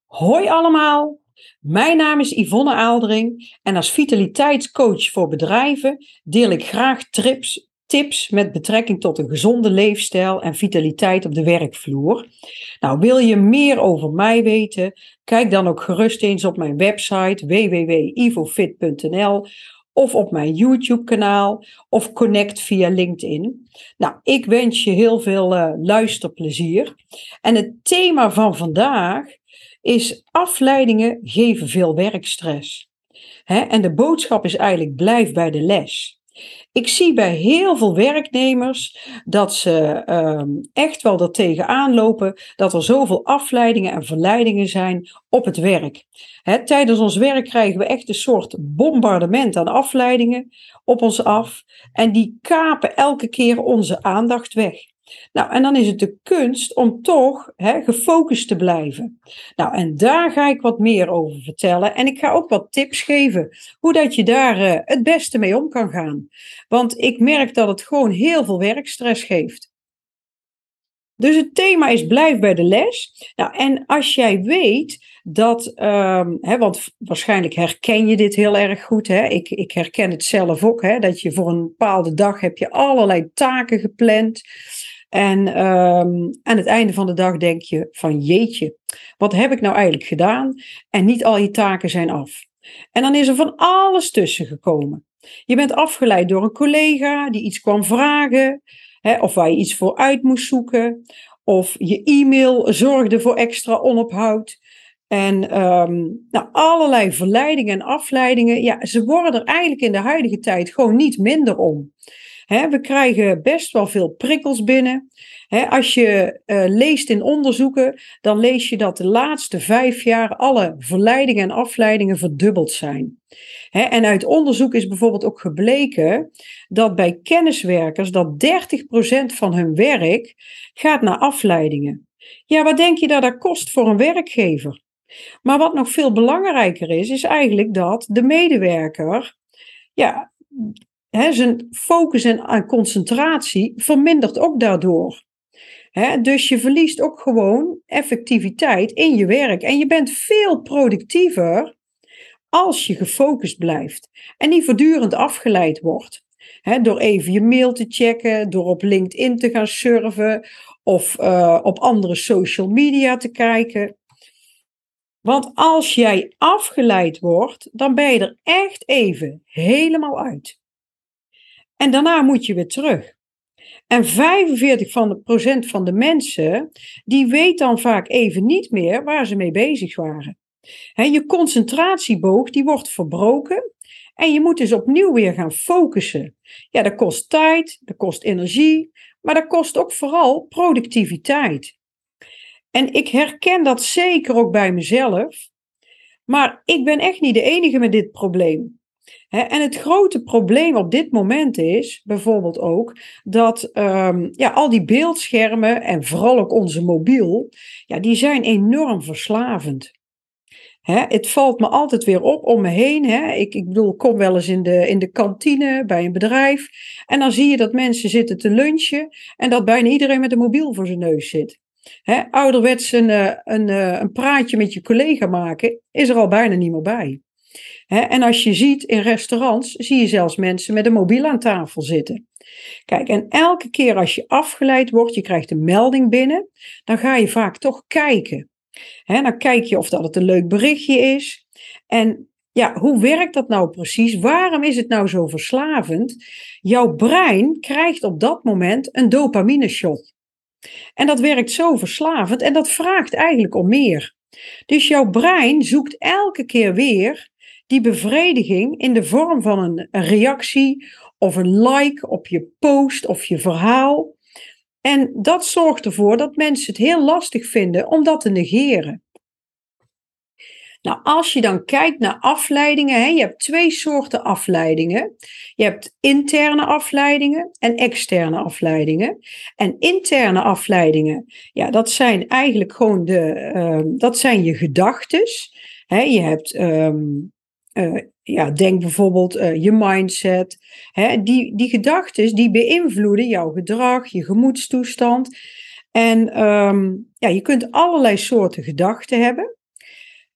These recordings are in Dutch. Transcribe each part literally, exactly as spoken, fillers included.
Hoi allemaal, mijn naam is Yvonne Aaldering en als vitaliteitscoach voor bedrijven deel ik graag trips, tips met betrekking tot een gezonde leefstijl en vitaliteit op de werkvloer. Nou, wil je meer over mij weten? Kijk dan ook gerust eens op mijn website w w w punt ivofit punt n l of op mijn YouTube kanaal of connect via LinkedIn. Nou, ik wens je heel veel uh, luisterplezier. En het thema van vandaag is afleidingen geven veel werkstress. He, en de boodschap is eigenlijk blijf bij de les. Ik zie bij heel veel werknemers dat ze um, echt wel er tegenaan lopen dat er zoveel afleidingen en verleidingen zijn op het werk. He, tijdens ons werk krijgen we echt een soort bombardement aan afleidingen op ons af en die kapen elke keer onze aandacht weg. Nou, en dan is het de kunst om toch hè, gefocust te blijven. Nou, en daar ga ik wat meer over vertellen. En ik ga ook wat tips geven hoe dat je daar uh, het beste mee om kan gaan. Want ik merk dat het gewoon heel veel werkstress geeft. Dus het thema is blijf bij de les. Nou, en als jij weet dat, um, hè, want waarschijnlijk herken je dit heel erg goed. Hè? Ik, ik herken het zelf ook, hè, dat je voor een bepaalde dag heb je allerlei taken gepland. En um, aan het einde van de dag denk je van jeetje, wat heb ik nou eigenlijk gedaan? En niet al je taken zijn af. En dan is er van alles tussen gekomen. Je bent afgeleid door een collega die iets kwam vragen, hè, of waar je iets voor uit moest zoeken. Of je e-mail zorgde voor extra onophoud. En um, nou, allerlei verleidingen en afleidingen, ja, ze worden er eigenlijk in de huidige tijd gewoon niet minder om. He, we krijgen best wel veel prikkels binnen. He, als je uh, leest in onderzoeken, dan lees je dat de laatste vijf jaar alle verleidingen en afleidingen verdubbeld zijn. He, en uit onderzoek is bijvoorbeeld ook gebleken dat bij kenniswerkers dat dertig procent van hun werk gaat naar afleidingen. Ja, wat denk je dat dat kost voor een werkgever? Maar wat nog veel belangrijker is, is eigenlijk dat de medewerker, ja, He, zijn focus en concentratie vermindert ook daardoor. He, dus je verliest ook gewoon effectiviteit in je werk. En je bent veel productiever als je gefocust blijft. En niet voortdurend afgeleid wordt. He, door even je mail te checken, door op LinkedIn te gaan surfen of uh, op andere social media te kijken. Want als jij afgeleid wordt, dan ben je er echt even helemaal uit. En daarna moet je weer terug. En vijfenveertig procent van de mensen, die weet dan vaak even niet meer waar ze mee bezig waren. He, je concentratieboog, die wordt verbroken. En je moet dus opnieuw weer gaan focussen. Ja, dat kost tijd, dat kost energie, maar dat kost ook vooral productiviteit. En ik herken dat zeker ook bij mezelf. Maar ik ben echt niet de enige met dit probleem. He, en het grote probleem op dit moment is bijvoorbeeld ook dat um, ja, al die beeldschermen en vooral ook onze mobiel, ja, die zijn enorm verslavend. He, het valt me altijd weer op om me heen. He. Ik, ik bedoel, ik kom wel eens in de, in de kantine bij een bedrijf en dan zie je dat mensen zitten te lunchen en dat bijna iedereen met een mobiel voor zijn neus zit. He, ouderwets een, een, een praatje met je collega maken is er al bijna niet meer bij. He, en als je ziet in restaurants, zie je zelfs mensen met een mobiel aan tafel zitten. Kijk, en elke keer als je afgeleid wordt, je krijgt een melding binnen, dan ga je vaak toch kijken. He, dan kijk je of dat het een leuk berichtje is. En ja, hoe werkt dat nou precies? Waarom is het nou zo verslavend? Jouw brein krijgt op dat moment een dopamine shot. En dat werkt zo verslavend en dat vraagt eigenlijk om meer. Dus jouw brein zoekt elke keer weer die bevrediging in de vorm van een, een reactie of een like op je post of je verhaal. En dat zorgt ervoor dat mensen het heel lastig vinden om dat te negeren. Nou, als je dan kijkt naar afleidingen, hè, je hebt twee soorten afleidingen. Je hebt interne afleidingen en externe afleidingen. En interne afleidingen, ja, dat zijn eigenlijk gewoon de, uh, dat zijn je gedachtes. Hè, je hebt, um, uh, ja, denk bijvoorbeeld uh, je mindset. Hè, die, die gedachtes die beïnvloeden jouw gedrag, je gemoedstoestand. En um, ja, je kunt allerlei soorten gedachten hebben.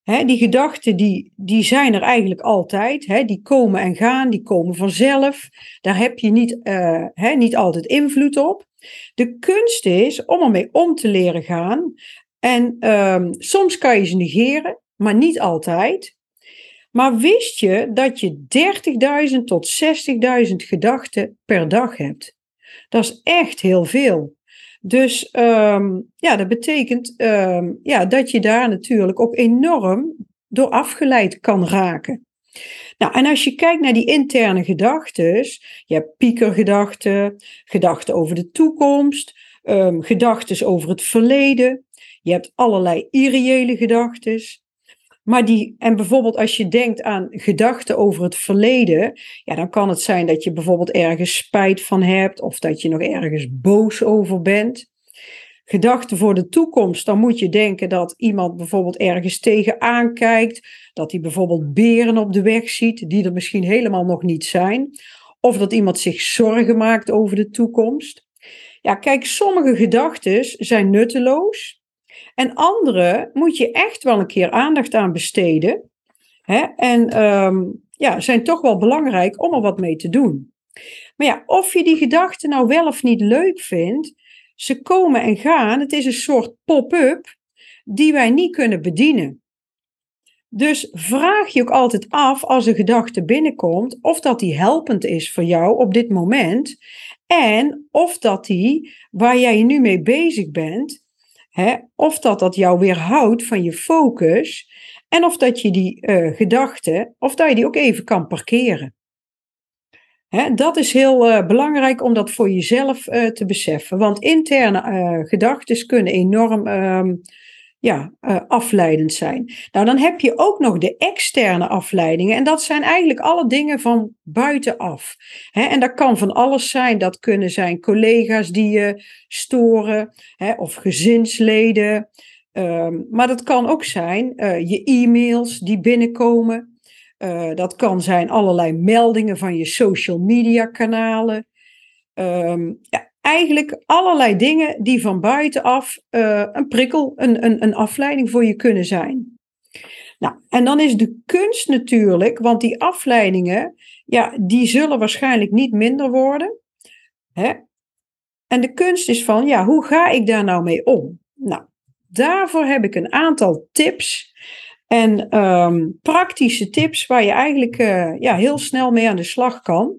Hè, die gedachten die, die zijn er eigenlijk altijd. Hè, die komen en gaan, die komen vanzelf. Daar heb je niet, uh, hè, niet altijd invloed op. De kunst is om ermee om te leren gaan. En um, soms kan je ze negeren, maar niet altijd. Maar wist je dat je dertigduizend tot zestigduizend gedachten per dag hebt? Dat is echt heel veel. Dus um, ja, dat betekent um, ja, dat je daar natuurlijk ook enorm door afgeleid kan raken. Nou, en als je kijkt naar die interne gedachten, je hebt piekergedachten, gedachten over de toekomst, um, gedachten over het verleden, je hebt allerlei irreële gedachten. Maar die, en bijvoorbeeld als je denkt aan gedachten over het verleden, ja, dan kan het zijn dat je bijvoorbeeld ergens spijt van hebt of dat je nog ergens boos over bent. Gedachten voor de toekomst, dan moet je denken dat iemand bijvoorbeeld ergens tegenaan kijkt, dat hij bijvoorbeeld beren op de weg ziet die er misschien helemaal nog niet zijn, of dat iemand zich zorgen maakt over de toekomst. Ja, kijk, sommige gedachten zijn nutteloos. En andere moet je echt wel een keer aandacht aan besteden. Hè? En um, ja, zijn toch wel belangrijk om er wat mee te doen. Maar ja, of je die gedachten nou wel of niet leuk vindt, ze komen en gaan. Het is een soort pop-up die wij niet kunnen bedienen. Dus vraag je ook altijd af als een gedachte binnenkomt of dat die helpend is voor jou op dit moment. En of dat die, waar jij je nu mee bezig bent, He, of dat dat jou weerhoudt van je focus en of dat je die uh, gedachten, of dat je die ook even kan parkeren. He, dat is heel uh, belangrijk om dat voor jezelf uh, te beseffen, want interne uh, gedachten kunnen enorm uh, ja, uh, afleidend zijn. Nou, dan heb je ook nog de externe afleidingen en dat zijn eigenlijk alle dingen van buitenaf. He, en dat kan van alles zijn, dat kunnen zijn collega's die je storen, he, of gezinsleden, um, maar dat kan ook zijn uh, je e-mails die binnenkomen. Uh, dat kan zijn allerlei meldingen van je social media kanalen. Um, ja, eigenlijk allerlei dingen die van buitenaf uh, een prikkel, een, een, een afleiding voor je kunnen zijn. Nou, en dan is de kunst natuurlijk, want die afleidingen, ja, die zullen waarschijnlijk niet minder worden. Hè? En de kunst is van, ja, hoe ga ik daar nou mee om? Nou, daarvoor heb ik een aantal tips en um, praktische tips waar je eigenlijk uh, ja, heel snel mee aan de slag kan.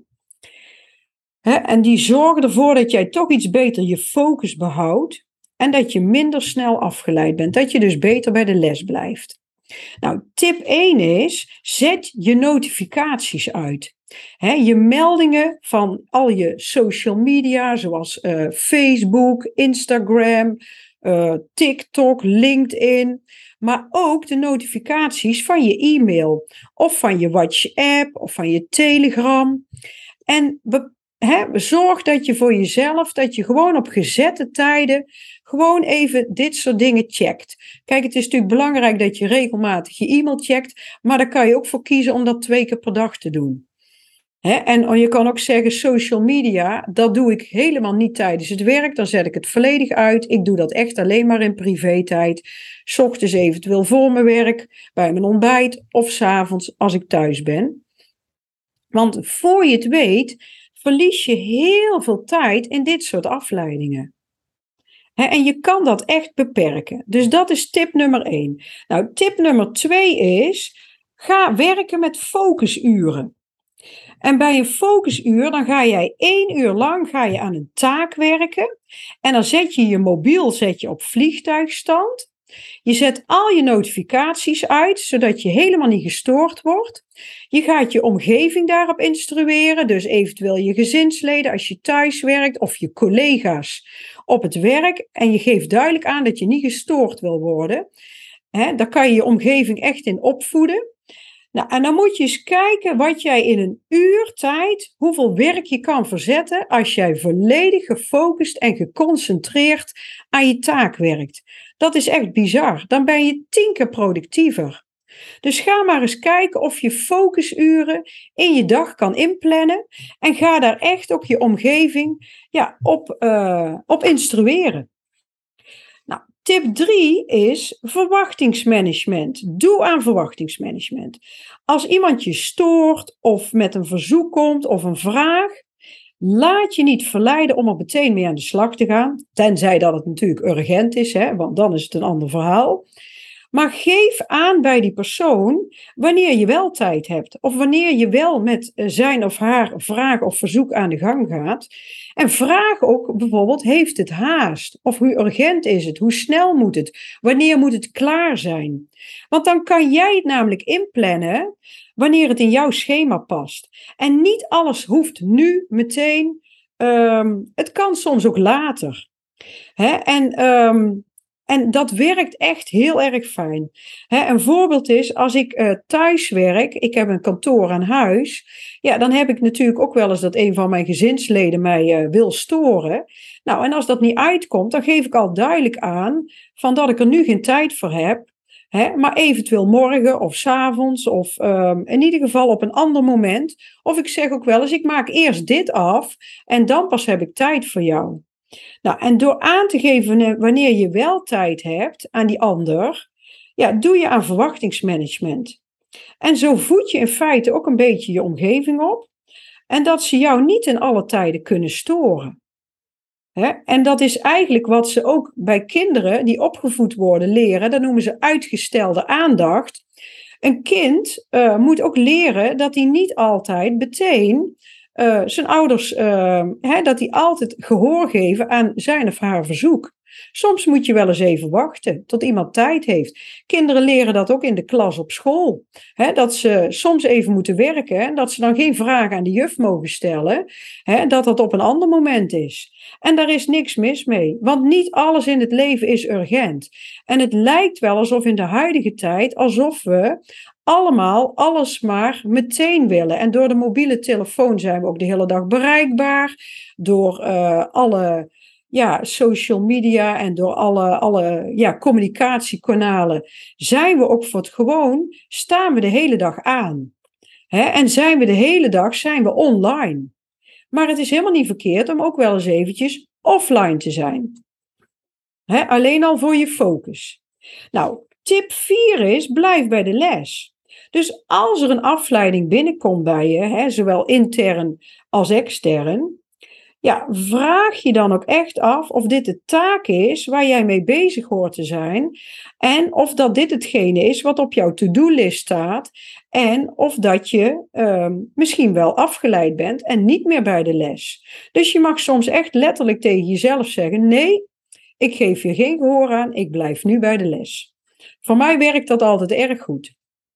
He, en die zorgen ervoor dat jij toch iets beter je focus behoudt en dat je minder snel afgeleid bent. Dat je dus beter bij de les blijft. Nou, tip één is, zet je notificaties uit. He, je meldingen van al je social media, zoals uh, Facebook, Instagram, uh, TikTok, LinkedIn. Maar ook de notificaties van je e-mail of van je WhatsApp of van je Telegram. En be- He, zorg dat je voor jezelf, dat je gewoon op gezette tijden gewoon even dit soort dingen checkt. Kijk, het is natuurlijk belangrijk dat je regelmatig je e-mail checkt, maar daar kan je ook voor kiezen om dat twee keer per dag te doen. He, en je kan ook zeggen, social media, dat doe ik helemaal niet tijdens het werk, dan zet ik het volledig uit. Ik doe dat echt alleen maar in privé-tijd. 's Ochtends eventueel voor mijn werk, bij mijn ontbijt of 's avonds als ik thuis ben. Want voor je het weet, verlies je heel veel tijd in dit soort afleidingen. He, en je kan dat echt beperken. Dus dat is tip nummer één. Nou, tip nummer twee is, ga werken met focusuren. En bij een focusuur, dan ga jij één uur lang ga je aan een taak werken. En dan zet je je mobiel zet je op vliegtuigstand. Je zet al je notificaties uit, zodat je helemaal niet gestoord wordt. Je gaat je omgeving daarop instrueren, dus eventueel je gezinsleden als je thuis werkt of je collega's op het werk. En je geeft duidelijk aan dat je niet gestoord wil worden. He, daar kan je je omgeving echt in opvoeden. Nou, en dan moet je eens kijken wat jij in een uur tijd, hoeveel werk je kan verzetten als jij volledig gefocust en geconcentreerd aan je taak werkt. Dat is echt bizar. Dan ben je tien keer productiever. Dus ga maar eens kijken of je focusuren in je dag kan inplannen en ga daar echt ook je omgeving ja, op, uh, op instrueren. Nou, Tip drie is verwachtingsmanagement. Doe aan verwachtingsmanagement. Als iemand je stoort of met een verzoek komt of een vraag, laat je niet verleiden om er meteen mee aan de slag te gaan. Tenzij dat het natuurlijk urgent is, hè, want dan is het een ander verhaal. Maar geef aan bij die persoon wanneer je wel tijd hebt. Of wanneer je wel met zijn of haar vraag of verzoek aan de gang gaat. En vraag ook bijvoorbeeld, heeft het haast? Of hoe urgent is het? Hoe snel moet het? Wanneer moet het klaar zijn? Want dan kan jij het namelijk inplannen wanneer het in jouw schema past. En niet alles hoeft nu, meteen. Um, het kan soms ook later. Hè? En... Um, En dat werkt echt heel erg fijn. He, een voorbeeld is, als ik uh, thuis werk, ik heb een kantoor aan huis, ja, dan heb ik natuurlijk ook wel eens dat een van mijn gezinsleden mij uh, wil storen. Nou, en als dat niet uitkomt, dan geef ik al duidelijk aan van dat ik er nu geen tijd voor heb, he, maar eventueel morgen of 's avonds of um, in ieder geval op een ander moment. Of ik zeg ook wel eens, ik maak eerst dit af en dan pas heb ik tijd voor jou. Nou, en door aan te geven wanneer je wel tijd hebt aan die ander, ja, doe je aan verwachtingsmanagement. En zo voed je in feite ook een beetje je omgeving op. En dat ze jou niet in alle tijden kunnen storen. Hè? En dat is eigenlijk wat ze ook bij kinderen die opgevoed worden leren. Dat noemen ze uitgestelde aandacht. Een kind uh, moet ook leren dat hij niet altijd meteen... Uh, zijn ouders, uh, hè, dat die altijd gehoor geven aan zijn of haar verzoek. Soms moet je wel eens even wachten tot iemand tijd heeft. Kinderen leren dat ook in de klas op school. Hè, dat ze soms even moeten werken en dat ze dan geen vragen aan de juf mogen stellen. Hè, dat dat op een ander moment is. En daar is niks mis mee, want niet alles in het leven is urgent. En het lijkt wel alsof in de huidige tijd, alsof we allemaal alles maar meteen willen. En door de mobiele telefoon zijn we ook de hele dag bereikbaar. Door uh, alle ja, social media en door alle, alle ja, communicatiekanalen zijn we ook voor het gewoon, staan we de hele dag aan. Hè? En zijn we de hele dag, zijn we online. Maar het is helemaal niet verkeerd om ook wel eens eventjes offline te zijn. Hè? Alleen al voor je focus. Nou, tip vier is, blijf bij de les. Dus als er een afleiding binnenkomt bij je, hè, zowel intern als extern, ja, vraag je dan ook echt af of dit de taak is waar jij mee bezig hoort te zijn en of dat dit hetgene is wat op jouw to-do-list staat en of dat je um, misschien wel afgeleid bent en niet meer bij de les. Dus je mag soms echt letterlijk tegen jezelf zeggen, nee, ik geef hier geen gehoor aan, ik blijf nu bij de les. Voor mij werkt dat altijd erg goed.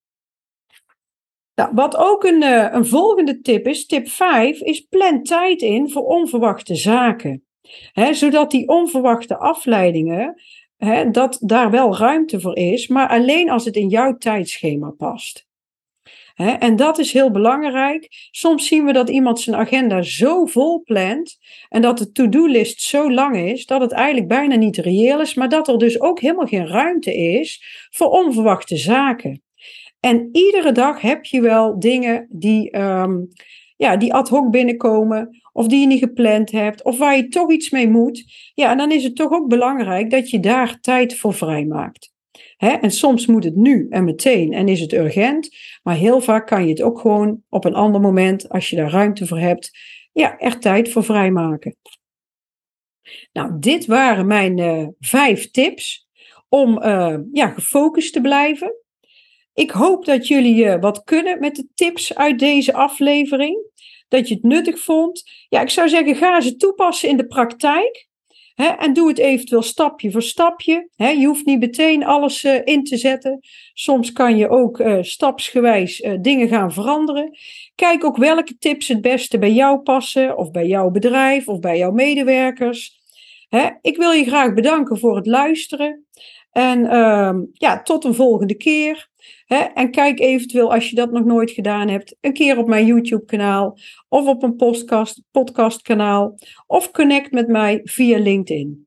Nou, wat ook een, uh, een volgende tip is, tip vijf, is plan tijd in voor onverwachte zaken. He, zodat die onverwachte afleidingen, he, dat daar wel ruimte voor is, maar alleen als het in jouw tijdschema past. He, en dat is heel belangrijk. Soms zien we dat iemand zijn agenda zo vol plant en dat de to-do-list zo lang is, dat het eigenlijk bijna niet reëel is, maar dat er dus ook helemaal geen ruimte is voor onverwachte zaken. En iedere dag heb je wel dingen die, um, ja, die ad hoc binnenkomen of die je niet gepland hebt of waar je toch iets mee moet. Ja, en dan is het toch ook belangrijk dat je daar tijd voor vrijmaakt. Hè? En soms moet het nu en meteen en is het urgent, maar heel vaak kan je het ook gewoon op een ander moment, als je daar ruimte voor hebt, ja, er tijd voor vrijmaken. Nou, dit waren mijn uh, vijf tips om uh, ja, gefocust te blijven. Ik hoop dat jullie uh, wat kunnen met de tips uit deze aflevering. Dat je het nuttig vond. Ja, ik zou zeggen, ga ze toepassen in de praktijk. Hè, en doe het eventueel stapje voor stapje. Hè, je hoeft niet meteen alles uh, in te zetten. Soms kan je ook uh, stapsgewijs uh, dingen gaan veranderen. Kijk ook welke tips het beste bij jou passen. Of bij jouw bedrijf of bij jouw medewerkers. Hè, ik wil je graag bedanken voor het luisteren. En uh, ja, tot een volgende keer. He, en kijk eventueel, als je dat nog nooit gedaan hebt, een keer op mijn YouTube-kanaal of op een podcast, podcastkanaal of connect met mij via LinkedIn.